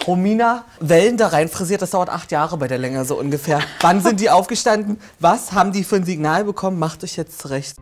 Romina, Wellen da rein frisiert, das dauert 8 Jahre bei der Länge so ungefähr. Wann sind die aufgestanden? Was haben die für ein Signal bekommen? Macht euch jetzt zurecht.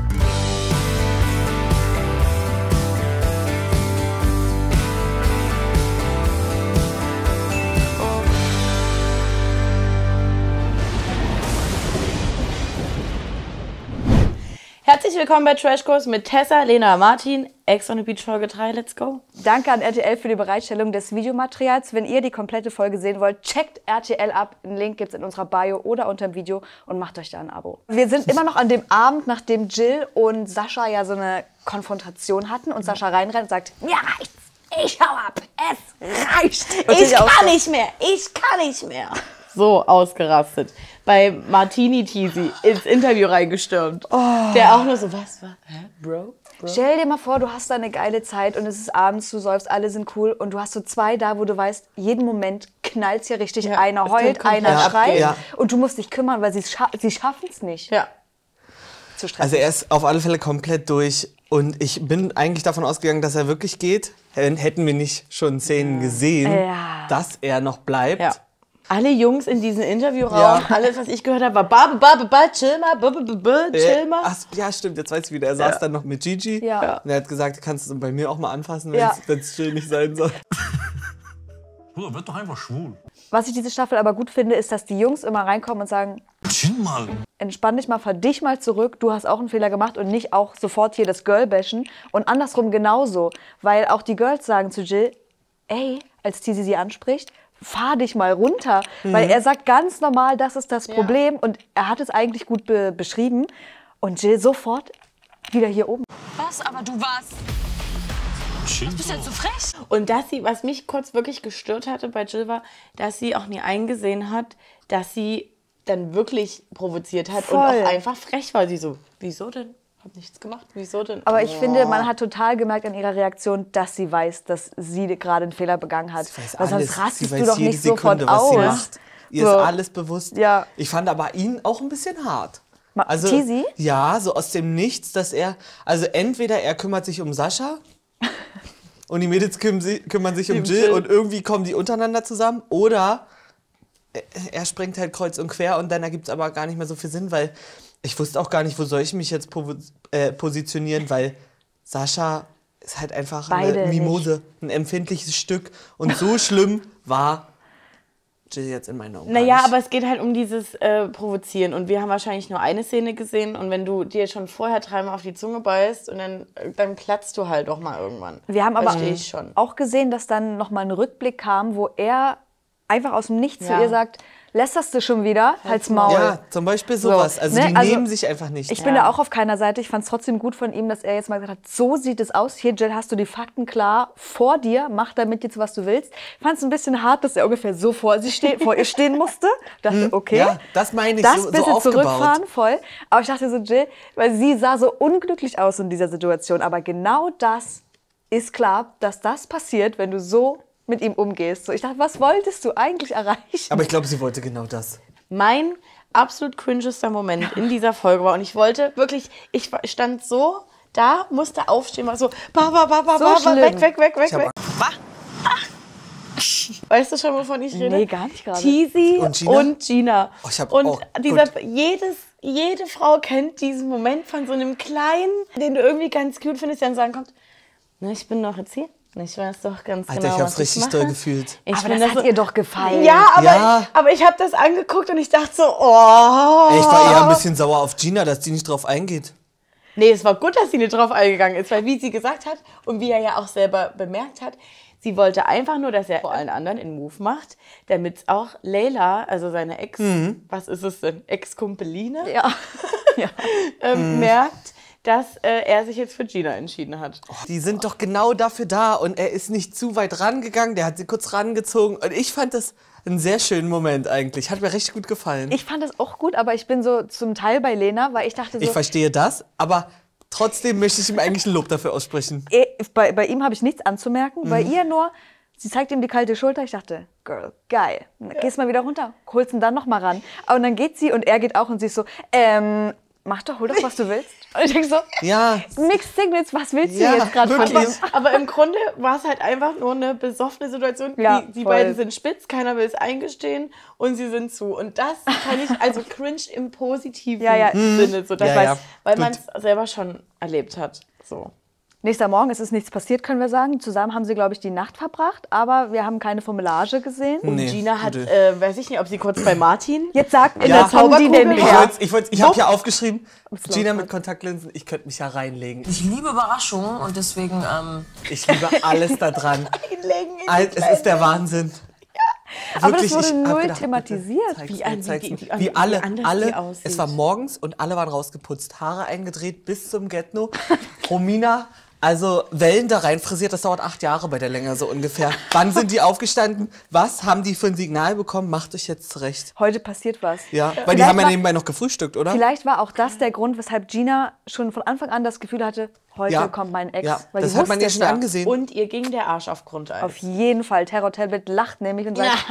Herzlich willkommen bei Trashkurs mit Tessa, Lena, Martin. Ex on the Beach Folge 3, let's go. Danke an RTL für die Bereitstellung des Videomaterials. Wenn ihr die komplette Folge sehen wollt, checkt RTL ab. Einen Link gibt es in unserer Bio oder unter dem Video und macht euch da ein Abo. Wir sind immer noch an dem Abend, nachdem Jill und Sascha ja so eine Konfrontation hatten und Sascha reinrennt und sagt, mir reicht's, ich hau ab, es reicht. Ich kann nicht mehr, ich kann nicht mehr. So ausgerastet. Bei Martini Teasy ins Interview reingestürmt. Oh. Der auch nur so, was? Hä? Bro? Stell dir mal vor, du hast da eine geile Zeit und es ist abends, du säufst, alle sind cool und du hast so zwei da, wo du weißt, jeden Moment knallt's hier richtig. Ja, einer heult, einer schreit und du musst dich kümmern, weil sie schaffen es nicht. Ja. Zu stressen. Also er ist auf alle Fälle komplett durch und ich bin eigentlich davon ausgegangen, dass er wirklich geht. Hätten wir nicht schon Szenen gesehen, dass er noch bleibt. Ja. Alle Jungs in diesem Interviewraum, alles, was ich gehört habe, war chill mal, chill mal. Ach, ja, stimmt, jetzt weiß ich wieder. Er saß dann noch mit Gigi und er hat gesagt, kannst du bei mir auch mal anfassen, wenn es chill nicht sein soll. Bruder, wird doch einfach schwul. Was ich diese Staffel aber gut finde, ist, dass die Jungs immer reinkommen und sagen, chill mal. Entspann dich mal, fahr dich mal zurück, du hast auch einen Fehler gemacht und nicht auch sofort hier das Girl bashen. Und andersrum genauso, weil auch die Girls sagen zu Jill, ey, als Tizi sie anspricht, fahr dich mal runter, weil er sagt ganz normal, das ist das Problem und er hat es eigentlich gut beschrieben und Jill sofort wieder hier oben. Was? Aber du warst... Was bist du jetzt so frech? Und dass sie, was mich kurz wirklich gestört hatte bei Jill war, dass sie auch nie eingesehen hat, dass sie dann wirklich provoziert hat und auch einfach frech war. Sie so, wieso denn? Hab nichts gemacht, wieso denn? Aber ich finde, man hat total gemerkt an ihrer Reaktion, dass sie weiß, dass sie gerade einen Fehler begangen hat. Weil sonst rastest du doch nicht sofort aus. Ihr ist alles bewusst. Ja. Ich fand aber ihn auch ein bisschen hart. Also, Tizi? Ja, so aus dem Nichts, dass er, also entweder er kümmert sich um Sascha und die Mädels kümmern sich um Jill und irgendwie kommen die untereinander zusammen oder er springt halt kreuz und quer und dann ergibt es aber gar nicht mehr so viel Sinn, weil ich wusste auch gar nicht, wo soll ich mich jetzt positionieren, weil Sascha ist halt einfach eine Mimose, ein empfindliches Stück. Und so schlimm war Jill jetzt in meinen Augen. Naja, aber es geht halt um dieses Provozieren. Und wir haben wahrscheinlich nur eine Szene gesehen. Und wenn du dir schon vorher dreimal auf die Zunge beißt, und dann platzt du halt doch mal irgendwann. Wir haben aber auch gesehen, dass dann nochmal ein Rückblick kam, wo er einfach aus dem Nichts zu ihr sagt, lästerst du schon wieder? Halt's Maul. Ja, zum Beispiel sowas. Also die nehmen sich einfach nicht. Ich bin da auch auf keiner Seite. Ich fand es trotzdem gut von ihm, dass er jetzt mal gesagt hat, so sieht es aus. Hier, Jill, hast du die Fakten klar vor dir. Mach damit jetzt, was du willst. Ich fand es ein bisschen hart, dass er ungefähr so vor ihr stehen musste. Ich dachte, okay. Ja, das meine ich, das so bisschen aufgebaut. Zurückfahren, voll. Aber ich dachte so, Jill, weil sie sah so unglücklich aus in dieser Situation. Aber genau das ist klar, dass das passiert, wenn du so mit ihm umgehst. So, ich dachte, was wolltest du eigentlich erreichen? Aber ich glaube, sie wollte genau das. Mein absolut cringester Moment in dieser Folge war, und ich wollte wirklich, ich stand so da, musste aufstehen, war so, weg. Weißt du schon, wovon ich rede? Nee, gar nicht gerade. Tizi und Gina. Oh, jede Frau kennt diesen Moment von so einem Kleinen, den du irgendwie ganz cute findest, der dann sagen kommt, na, ich bin doch jetzt hier. Ich weiß doch ganz Alter, genau, ich hab's richtig doll gefühlt. Aber das hat ihr doch gefallen. Ja, aber ich habe das angeguckt und ich dachte so, oh. Ich war eher ein bisschen sauer auf Gina, dass die nicht drauf eingeht. Nee, es war gut, dass sie nicht drauf eingegangen ist, weil wie sie gesagt hat und wie er ja auch selber bemerkt hat, sie wollte einfach nur, dass er vor allen anderen einen Move macht, damit auch Layla, also seine Ex, was ist es denn, Ex-Kumpeline, merkt, dass er sich jetzt für Gina entschieden hat. Oh, die sind doch genau dafür da und er ist nicht zu weit rangegangen, der hat sie kurz rangezogen und ich fand das einen sehr schönen Moment eigentlich. Hat mir richtig gut gefallen. Ich fand das auch gut, aber ich bin so zum Teil bei Lena, weil ich dachte so... Ich verstehe das, aber trotzdem möchte ich ihm eigentlich ein Lob dafür aussprechen. Bei ihm habe ich nichts anzumerken, bei ihr nur... Sie zeigt ihm die kalte Schulter. Ich dachte, Girl, geil. Gehst mal wieder runter, holst ihn dann noch mal ran. Und dann geht sie und er geht auch und sie ist so, mach doch, hol doch, was du willst. Und ich denke so, Ja. Mixed Signals, was willst du Ja, jetzt gerade von wirklich. ihm? Aber im Grunde war es halt einfach nur eine besoffene Situation. Ja, Die voll. beiden sind spitz, keiner will es eingestehen und sie sind zu. Und das kann ich, also cringe im positiven Sinne, so, dass Ja, ja. weil Gut. man es selber schon erlebt hat. So. Nächster Morgen, es ist nichts passiert, können wir sagen. Zusammen haben sie, glaube ich, die Nacht verbracht, aber wir haben keine Formulage gesehen. Nee, Gina hat, gute. weiß ich nicht, ob sie kurz bei Martin. Jetzt sagt in Ja. der Zauberkugel Kommen die denn her. Ich habe hier aufgeschrieben, Gina mit Kontaktlinsen, ich könnte mich ja reinlegen. Ich liebe Überraschungen und deswegen, Ich liebe alles da dran. Einlegen in Es ist der Wahnsinn. Aber das Wirklich, wurde ich hab null gedacht, thematisiert. bitte, Wie zeig's mir, zeig's mir. wie Wie alle, anders die aussieht. es war morgens und alle waren rausgeputzt, Haare eingedreht bis zum Get-No. Romina, also Wellen da rein frisiert, das dauert 8 Jahre bei der Länge so ungefähr. Wann sind die aufgestanden? Was haben die für ein Signal bekommen? Macht euch jetzt zurecht. Heute passiert was. Ja, weil die Vielleicht haben ja war- nebenbei noch gefrühstückt, oder? Vielleicht war auch das der Grund, weshalb Gina schon von Anfang an das Gefühl hatte, heute Ja. kommt mein Ex. Ja, Weil das sie hat man wusste ihr es schon ja. angesehen. Und ihr ging der Arsch auf Grundeis. Auf jeden Fall. Terror Talbot lacht nämlich und sagt,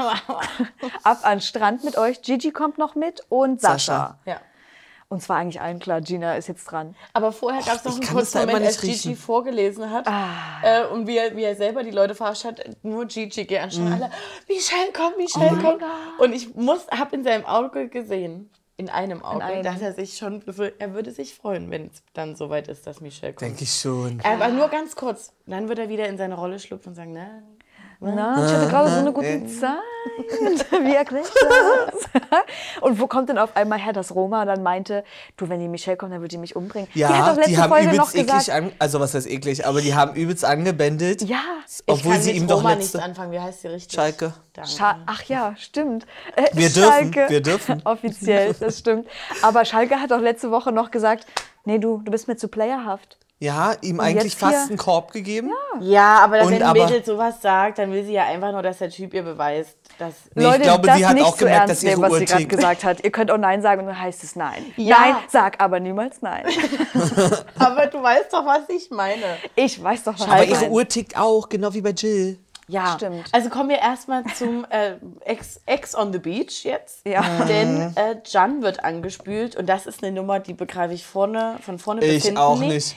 ab an den Strand mit euch. Gigi kommt noch mit und Sascha. Sascha. Ja. Und zwar eigentlich allen klar, Gina ist jetzt dran. Aber vorher gab es noch ich einen kann kurzen das da immer Moment, als nicht Gigi riechen. vorgelesen hat. Und wie er selber die Leute verarscht hat, nur Gigi geht anscheinend alle, Michelle, komm, Michelle, komm. Und ich habe in seinem Auge gesehen, in einem Auge, einem. dass er sich schon, er würde sich freuen, wenn es dann soweit ist, dass Michelle kommt. Denke ich schon. Aber nur ganz kurz. Dann wird er wieder in seine Rolle schlüpfen und sagen, na, Na, ich hatte gerade so eine gute Zeit. Wie erkläre ich das? Und wo kommt denn auf einmal her, dass Roma dann meinte, du, wenn die Michelle kommt, dann wird die mich umbringen? die hat Ja, doch letzte die haben Folge übelst noch gesagt, eklig also was heißt eklig, aber die haben übelst angebändelt. ja, Obwohl sie ihm doch Roma nichts letzte... anfangen. Wie heißt sie richtig? Schalke. Danke. Ach ja, stimmt. Wir Schalke. wir dürfen. Offiziell, das stimmt. Aber Schalke hat auch letzte Woche noch gesagt, nee, du bist mir zu playerhaft. Ja, ihm eigentlich jetzt fast hier- einen Korb gegeben. Ja, aber Und wenn ein aber- Mädel sowas sagt, dann will sie ja einfach nur, dass der Typ ihr beweist, dass... Nee, Leute, ich glaube, das sie hat nicht auch so gemerkt, ernst dass ihre nehmen, was Uhr sie gerade tickt. gesagt hat. Ihr könnt auch Nein sagen und dann heißt es Nein. Ja. Nein, sag aber niemals Nein. Aber du weißt doch, was ich meine. Ich weiß doch, was Aber ich ihre meine. Uhr tickt auch, genau wie bei Jill. Ja, Stimmt. Also kommen wir erstmal zum Ex on the Beach jetzt. Ja. Denn Jan wird angespült und das ist eine Nummer, die begreife ich von vorne bis Ich hinten auch nicht.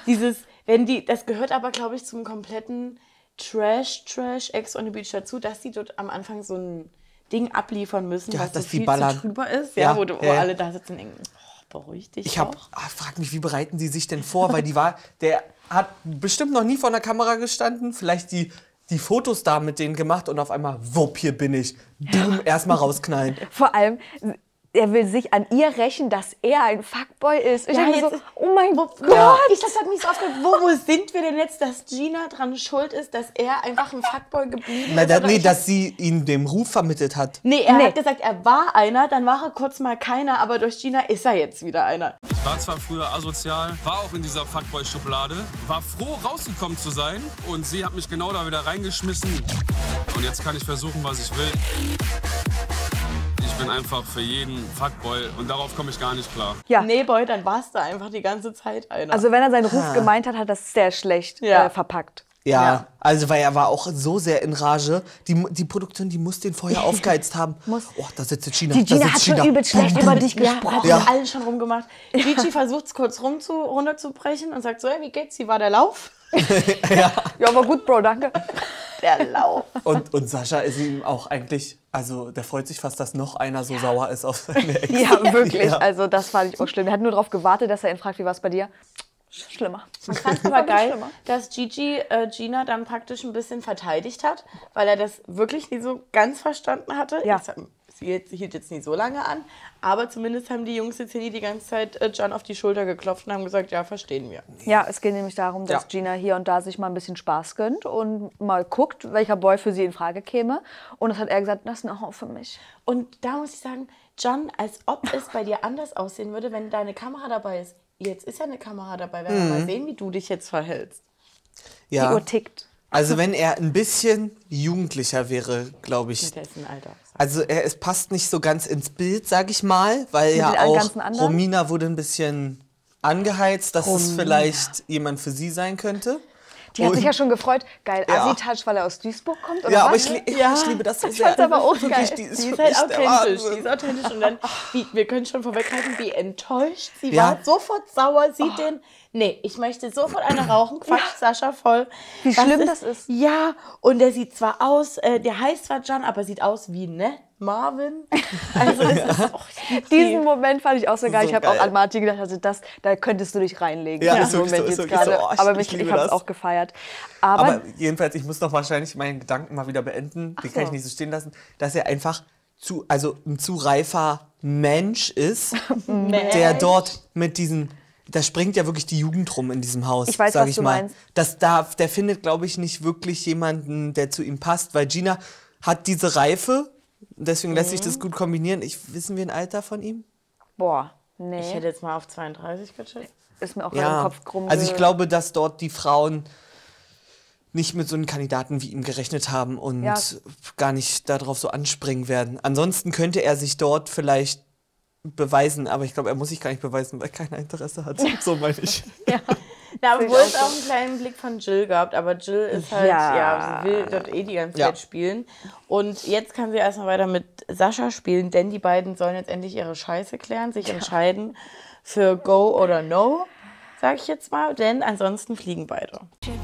Das gehört aber, glaube ich, zum kompletten Trash Ex on the Beach dazu, dass die dort am Anfang so ein Ding abliefern müssen, Ja, was so dass die viel ballern. zu drüber ist. Ja, Ja, wo ja. alle da sitzen und denken, oh, beruhig dich Ich doch. frag mich, wie bereiten die sich denn vor? Weil der hat bestimmt noch nie vor einer Kamera gestanden, vielleicht die Fotos da mit denen gemacht und auf einmal, wupp, hier bin ich. Boom, erstmal rausknallen. Vor allem, er will sich an ihr rächen, dass er ein Fuckboy ist. Ich Ja, denke jetzt so, ist- oh mein Gott. Das hat mich so aufgeregt. Wo sind wir denn jetzt, dass Gina dran schuld ist, dass er einfach ein Fuckboy geblieben ist? Aber ich- Dass sie ihn dem Ruf vermittelt hat. Nee, er Nee. hat gesagt, er war einer, dann war er kurz mal keiner, aber durch Gina ist er jetzt wieder einer. Ich war zwar früher asozial, war auch in dieser Fuckboy-Schublade, war froh rausgekommen zu sein und sie hat mich genau da wieder reingeschmissen. Und jetzt kann ich versuchen, was ich will. Ich bin einfach für jeden Fuckboy und darauf komme ich gar nicht klar. Ja. Nee, Boy, dann warst du einfach die ganze Zeit einer. Also wenn er seinen Ruf gemeint hat, hat er das sehr schlecht Ja. verpackt. Ja, also weil er war auch so sehr in Rage. Die Produktion, die muss den vorher aufgeheizt haben. Oh, da sitzt Gina. Die da Gina sitzt hat schon übel schlecht über dich ja, gesprochen. hat Ja. mit allen schon rumgemacht. Gigi versucht es kurz runterzubrechen und sagt so, hey, wie geht's? Wie war der Lauf? Ja, aber gut, Bro, danke. Der Lauf. Und Sascha ist ihm auch eigentlich, also der freut sich fast, dass noch einer so sauer ist auf seine Ex. Ja, wirklich. Ja. Also das fand ich auch schlimm. Wir hatten nur darauf gewartet, dass er ihn fragt, wie war es bei dir? Schlimmer. Ich fand es aber geil, Schlimmer. dass Gigi Gina dann praktisch ein bisschen verteidigt hat, weil er das wirklich nie so ganz verstanden hatte. Ja. Sie hielt jetzt nie so lange an, aber zumindest haben die Jungs jetzt hier nie die ganze Zeit Jan auf die Schulter geklopft und haben gesagt, ja, verstehen wir. Ja, es geht nämlich darum, dass Ja. Gina hier und da sich mal ein bisschen Spaß gönnt und mal guckt, welcher Boy für sie in Frage käme. Und das hat er gesagt, das ist eine Hau für mich. Und da muss ich sagen, Jan, als ob es bei dir anders aussehen würde, wenn deine Kamera dabei ist. Jetzt ist ja eine Kamera dabei, werden wir mal sehen, wie du dich jetzt verhältst. Die Ja. Uhr tickt. Also wenn er ein bisschen jugendlicher wäre, glaube ich. Mit dessen Alter. Also es passt nicht so ganz ins Bild, sag ich mal, weil den ja auch ganzen anderen? Romina wurde ein bisschen angeheizt, dass es vielleicht jemand für sie sein könnte. Die hat sich ja schon gefreut. Geil, Ja. Assi-Touch, weil er aus Duisburg kommt, oder Ja, aber was? ich liebe das so sehr. fand's aber auch Wirklich, geil. die ist Die ist wirklich halt der authentisch. Wahnsinn. Die ist authentisch. Und dann, wir können schon vorweggreifen, wie enttäuscht sie Ja. war. Sofort sauer, sieht den. Nee, ich möchte sofort eine rauchen. Quatsch, Sascha voll. Wie schlimm das ist. Ja, und der sieht zwar aus, der heißt zwar Can, aber sieht aus wie, ne? Marvin. Also es ist auch Diesen Moment fand ich auch so geil. So Ich habe geil. auch an Martin gedacht, also da könntest du dich reinlegen. Ja, in ist diesem wirklich so, Moment ist jetzt wirklich so. gerade. Oh, Aber ich ich liebe habe es das. auch gefeiert. Aber jedenfalls, ich muss doch wahrscheinlich meinen Gedanken mal wieder beenden. Den kann ich nicht so stehen lassen. Dass er einfach ein zu reifer Mensch ist, der dort mit diesen... Da springt ja wirklich die Jugend rum in diesem Haus, Ich weiß, sag was ich du mal. meinst. Der findet, glaube ich, nicht wirklich jemanden, der zu ihm passt, weil Gina hat diese Reife, deswegen lässt sich das gut kombinieren. Wissen wir ein Alter von ihm? Boah, nee. Ich hätte jetzt mal auf 32 gecheckt. Ist mir auch gerade im Kopf krumm. Also ich glaube, dass dort die Frauen nicht mit so einem Kandidaten wie ihm gerechnet haben und Ja. gar nicht darauf so anspringen werden. Ansonsten könnte er sich dort vielleicht beweisen, aber ich glaube, er muss sich gar nicht beweisen, weil er kein Interesse hat. So meine ich. Ja, obwohl es auch einen kleinen Blick von Jill gehabt, aber Jill ist halt, Ja. sie will dort die ganze Ja. Zeit spielen. Und jetzt kann sie erstmal weiter mit Sascha spielen, denn die beiden sollen jetzt endlich ihre Scheiße klären, sich entscheiden für Go oder No, sag ich jetzt mal, denn ansonsten fliegen beide.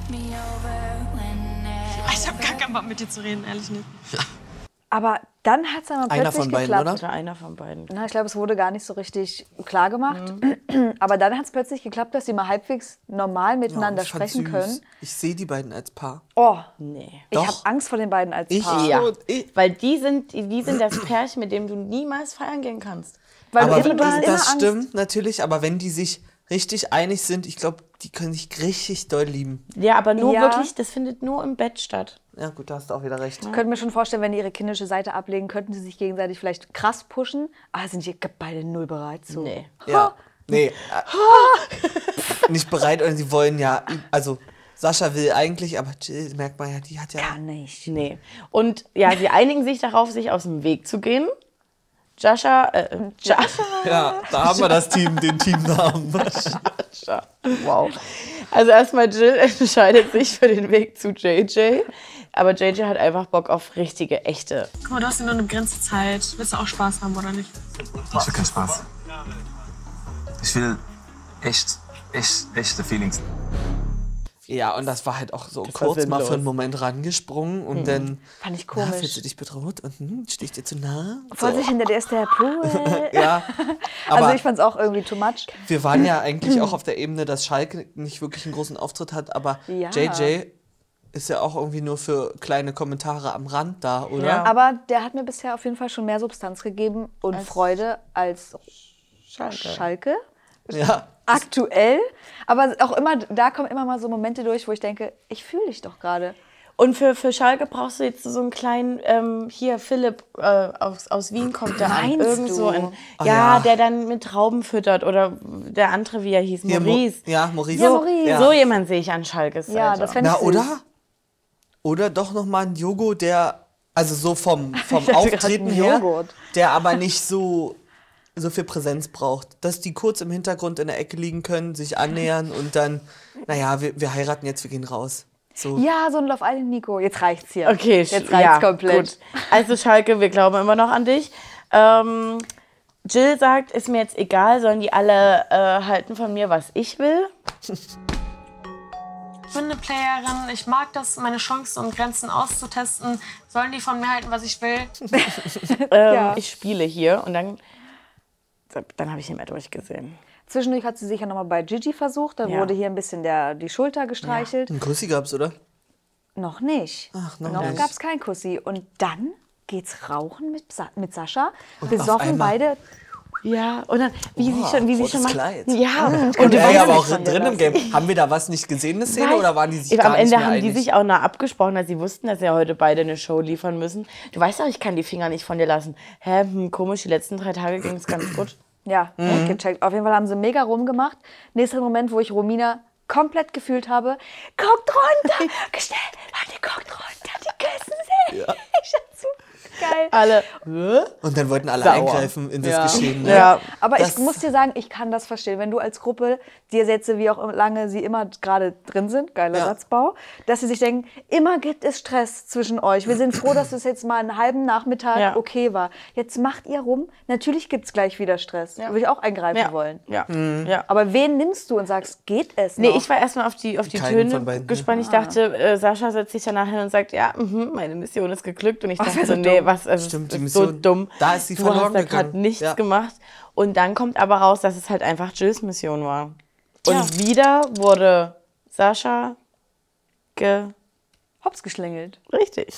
Ich habe gar keinen Bock mit dir zu reden, ehrlich nicht. Aber dann hat es dann mal Einer plötzlich von beiden, geklappt. oder? Oder einer von beiden. Na, ich glaube, es wurde gar nicht so richtig klar gemacht. Aber dann hat es plötzlich geklappt, dass sie mal halbwegs normal miteinander Ich fand's sprechen süß. können. Ich sehe die beiden als Paar. Oh, Nee. ich Doch. habe Angst vor den beiden als Ich Paar. Ja. so, Weil die sind das Pärchen, mit dem du niemals feiern gehen kannst. Weil aber du hast immer das Angst. stimmt natürlich, aber wenn die sich richtig einig sind, ich glaube, die können sich richtig doll lieben. Ja, aber nur Ja. wirklich, das findet nur im Bett statt. Ja gut, da hast du auch wieder recht. Ich könnte mir schon vorstellen, wenn die ihre kindische Seite ablegen, könnten sie sich gegenseitig vielleicht krass pushen. Aber sind die beide null bereit zu? Nee. Ja. Nee. Nicht bereit und sie wollen ja, also Sascha will eigentlich, aber Jill, merkt man ja, die hat ja... Gar nicht. Nee. Und ja, sie einigen sich darauf, sich aus dem Weg zu gehen. Joshua. Ja, da haben wir das Team, den Teamnamen. Wow. Also erstmal Jill entscheidet sich für den Weg zu JJ. Aber JJ hat einfach Bock auf richtige, echte. Guck mal, du hast ja nur eine begrenzte Zeit. Willst du auch Spaß haben, oder nicht? Ich will keinen Spaß. Ich will echte Feelings. Ja, und das war halt auch so war kurz mal sinnlos. für einen Moment rangesprungen und dann... Fand ich Na, komisch. fühlst du dich bedroht und stehe ich dir zu nah? Vorsicht, hinter dir ist der Pool. Ja, aber Also ich fand es auch irgendwie too much. wir waren ja eigentlich auch auf der Ebene, dass Schalke nicht wirklich einen großen Auftritt hat, aber Ja. JJ ist ja auch irgendwie nur für kleine Kommentare am Rand da, oder? Ja. Aber der hat mir bisher auf jeden Fall schon mehr Substanz gegeben und Freude als Schalke. Ja. Aktuell. Aber auch immer, da kommen immer mal so Momente durch, wo ich denke, ich fühle dich doch gerade. Und für Schalke brauchst du jetzt so einen kleinen, hier Philipp aus Wien kommt da an. Meinst Irgend du? so ein, Ah, ja, ja. der dann mit Trauben füttert oder der andere, wie er hieß, Hier, Maurice. Maurice. Ja, So, Maurice. Ja. so jemand sehe ich an Schalkes Seite. Ja, das fände ich Na, süß. oder? Oder doch nochmal ein Jogo, der, also so vom dachte gerade, Auftreten ein her, Joghurt. der aber nicht so viel Präsenz braucht. Dass die kurz im Hintergrund in der Ecke liegen können, sich annähern und dann, naja, wir heiraten jetzt, wir gehen raus. So. Ja, so ein Love Island Nico. Jetzt reicht's hier. Okay, jetzt reicht's komplett. Gut. Also Schalke, wir glauben immer noch an dich. Jill sagt, ist mir jetzt egal, sollen die alle halten von mir, was ich will. Ich bin eine Playerin. Ich mag das, meine Chancen und Grenzen auszutesten. Sollen die von mir halten, was ich will? Ja. Ich spiele hier und dann habe ich nicht mehr durchgesehen. Zwischendurch hat sie sich ja nochmal bei Gigi versucht. Da Ja. wurde hier ein bisschen die Schulter gestreichelt. Ein Kussi gab's, oder? Noch nicht. Ach, noch noch nicht. gab es kein Kussi. Und dann geht's rauchen mit Sascha. auf Besoffen einmal- beide. Ja, und dann, wie sie rotes schon macht. Kleid. Ja, Und du er weißt ja aber nicht auch von drin dir im Game. Haben wir da was nicht gesehen, eine Szene, Weiß- oder waren die sich Am gar nicht Ende mehr haben einig? die sich auch nah abgesprochen, dass sie wussten, dass sie ja heute beide eine Show liefern müssen. Du weißt doch, ich kann die Finger nicht von dir lassen. Hä, komisch, die letzten 3 Tage ging es ganz gut. Ja, gecheckt. Auf jeden Fall haben sie mega rumgemacht. Nächster Moment, wo ich Romina komplett gefühlt habe. Guckt runter! Gestellt! Leute, guckt runter! Die küssen sich! Ich dazu. Geil. Alle. Und dann wollten alle Sauer. eingreifen in das Ja. Geschehen. Ne? Ja. Aber Das- ich muss dir sagen, ich kann das verstehen. Wenn du als Gruppe dir Sätze, wie auch lange sie immer gerade drin sind, geiler Ja. Satzbau, dass sie sich denken, immer gibt es Stress zwischen euch. Wir sind froh, dass es jetzt mal einen halben Nachmittag Ja. okay war. Jetzt macht ihr rum. Natürlich gibt es gleich wieder Stress. Ja. Würde ich auch eingreifen Ja. wollen. Ja. Mhm. Ja. Aber wen nimmst du und sagst, geht es noch? Nee, ich war erstmal auf die Keinen Töne von beiden, ne? gespannt. Ich dachte, Sascha setzt sich danach hin und sagt, ja, meine Mission ist geglückt. Und ich dachte wär so, so nee, dumm. was, also Stimmt, das die ist so Mission, dumm. da ist sie Du verloren hast da gerade gegangen. nichts Ja. gemacht. Und dann kommt aber raus, dass es halt einfach Jills Mission war. Und Ja. wieder wurde Sascha Hops geschlängelt. richtig.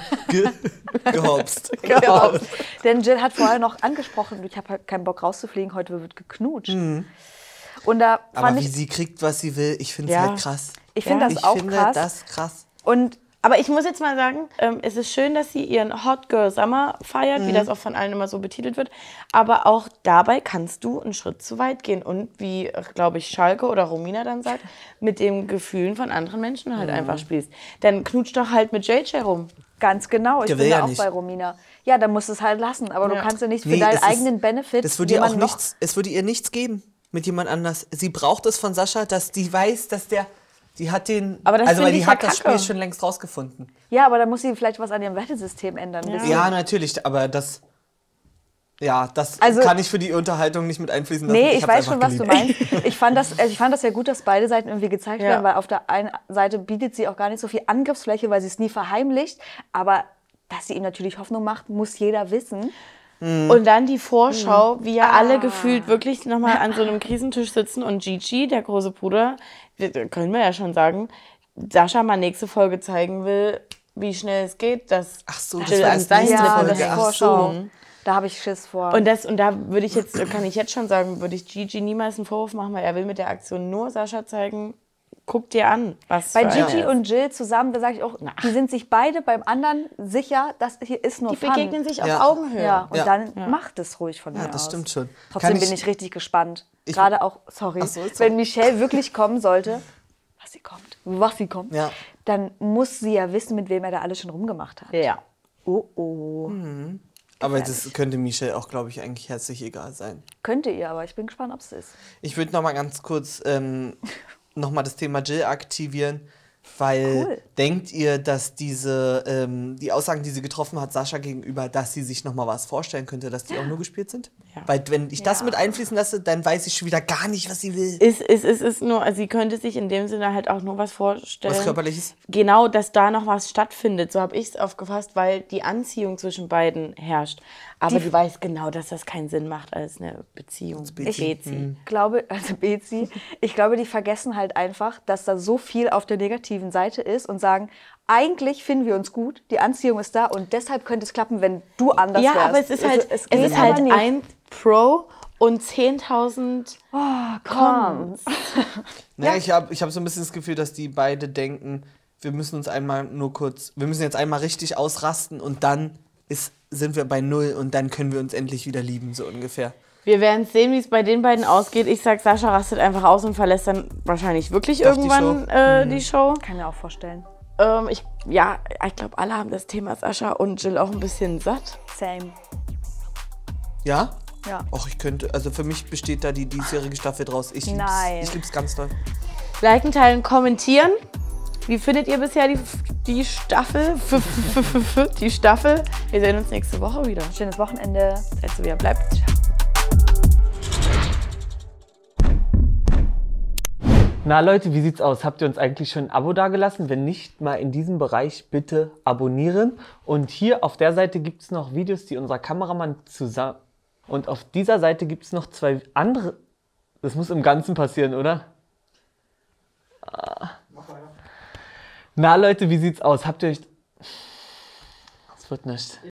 Gehopst. Ja. Denn Jill hat vorher noch angesprochen, ich habe halt keinen Bock rauszufliegen, heute wird geknutscht. Und da Aber fand wie ich, sie kriegt, was sie will, ich finde es Ja. halt krass. ich finde das Ich auch finde krass. das krass. Und Aber ich muss jetzt mal sagen, es ist schön, dass sie ihren Hot Girl Summer feiert, wie das auch von allen immer so betitelt wird. Aber auch dabei kannst du einen Schritt zu weit gehen. Und wie, glaube ich, Schalke oder Romina dann sagt, mit den Gefühlen von anderen Menschen halt einfach spielst. Dann knutscht doch halt mit JJ rum. ganz genau, ich Der will bin ja da auch nicht. bei Romina. Ja, dann musst du es halt lassen. Aber du Ja. kannst ja nicht für Nee, deinen es ist- eigenen Benefit Das würde ihr auch jemanden noch... nichts, es würde ihr nichts geben mit jemand anders. Sie braucht es von Sascha, dass die weiß, dass die hat den, Aber das also weil finde die ich hat ja das kacke. Spiel schon längst rausgefunden. Ja, aber dann muss sie vielleicht was an ihrem Wertesystem ändern. ein bisschen. Ja, natürlich, aber das Also- kann ich für die Unterhaltung nicht mit einfließen lassen. Nee, ich hab's weiß schon, einfach was du geliebt. meinst. Ich fand das ja gut, dass beide Seiten irgendwie gezeigt Ja. werden, weil auf der einen Seite bietet sie auch gar nicht so viel Angriffsfläche, weil sie es nie verheimlicht. Aber dass sie ihm natürlich Hoffnung macht, muss jeder wissen. Und dann die Vorschau, wie ja alle gefühlt wirklich nochmal an so einem Krisentisch sitzen und Gigi, der große Bruder, können wir ja schon sagen, Sascha mal nächste Folge zeigen will, wie schnell es geht, dass Ach so, das Jill war an erst seinen nächste Lippen Folge. ist. das Ach Vorschau. so. Da habe ich Schiss vor. Und da würde ich jetzt, kann ich jetzt schon sagen, würde ich Gigi niemals einen Vorwurf machen, weil er will mit der Aktion nur Sascha zeigen, guck dir an, was bei für Gigi einer ist. und Jill zusammen, da sage ich auch, die sind sich beide beim anderen sicher, das hier ist nur Die Fun. begegnen sich Ja. auf Augenhöhe. Ja, und Ja. dann macht es ruhig von mir Ja, das aus. stimmt schon. Trotzdem Kann bin ich richtig gespannt. Gerade auch, sorry, Ach so, sorry. wenn Michelle wirklich kommen sollte, was sie kommt, Ja. dann muss sie ja wissen, mit wem er da alles schon rumgemacht hat. Ja. Oh, oh. Aber das könnte Michelle auch, glaube ich, eigentlich herzlich egal sein. Könnte ihr, aber ich bin gespannt, ob es ist. Ich würde noch mal ganz kurz noch mal das Thema Jill aktivieren, weil Cool. denkt ihr, dass die Aussagen, die sie getroffen hat, Sascha gegenüber, dass sie sich noch mal was vorstellen könnte, dass die auch nur gespielt sind? Ja. Weil wenn ich das mit einfließen lasse, dann weiß ich schon wieder gar nicht, was sie will. Ist nur, also sie könnte sich in dem Sinne halt auch nur was vorstellen. Was Körperliches? Genau, dass da noch was stattfindet. So habe ich es aufgefasst, weil die Anziehung zwischen beiden herrscht. Aber die weiß genau, dass das keinen Sinn macht als eine Beziehung. Bezi. Ich glaube, die vergessen halt einfach, dass da so viel auf der negativen Seite ist und sagen, eigentlich finden wir uns gut, die Anziehung ist da und deshalb könnte es klappen, wenn du anders wärst. Ja, aber es ist halt, es es geht ist halt aber nicht. ein Pro und 10.000 Cons. Naja, ich hab so ein bisschen das Gefühl, dass die beide denken, wir müssen jetzt einmal richtig ausrasten und dann sind wir bei 0 und dann können wir uns endlich wieder lieben, so ungefähr. Wir werden sehen, wie es bei den beiden ausgeht. Ich sag, Sascha rastet einfach aus und verlässt dann wahrscheinlich wirklich Doch, die irgendwann die Show. Kann mir auch vorstellen. Ich glaube, alle haben das Thema Sascha und Jill auch ein bisschen satt. Same. Ja? Ja. Och, also für mich besteht da die diesjährige Staffel draus. Ich Nein. lieb's ganz doll. Liken, teilen, kommentieren. Wie findet ihr bisher die Staffel? Die Staffel. Wir sehen uns nächste Woche wieder. Schönes Wochenende. Seid so, wie ihr bleibt. Na Leute, wie sieht's aus? Habt ihr uns eigentlich schon ein Abo dagelassen? Wenn nicht, mal in diesem Bereich bitte abonnieren. Und hier auf der Seite gibt es noch Videos, die unser Kameramann zusammen... Und auf dieser Seite gibt es noch 2 andere... Das muss im Ganzen passieren, oder? Na Leute, wie sieht's aus? Habt ihr euch... Das wird nicht.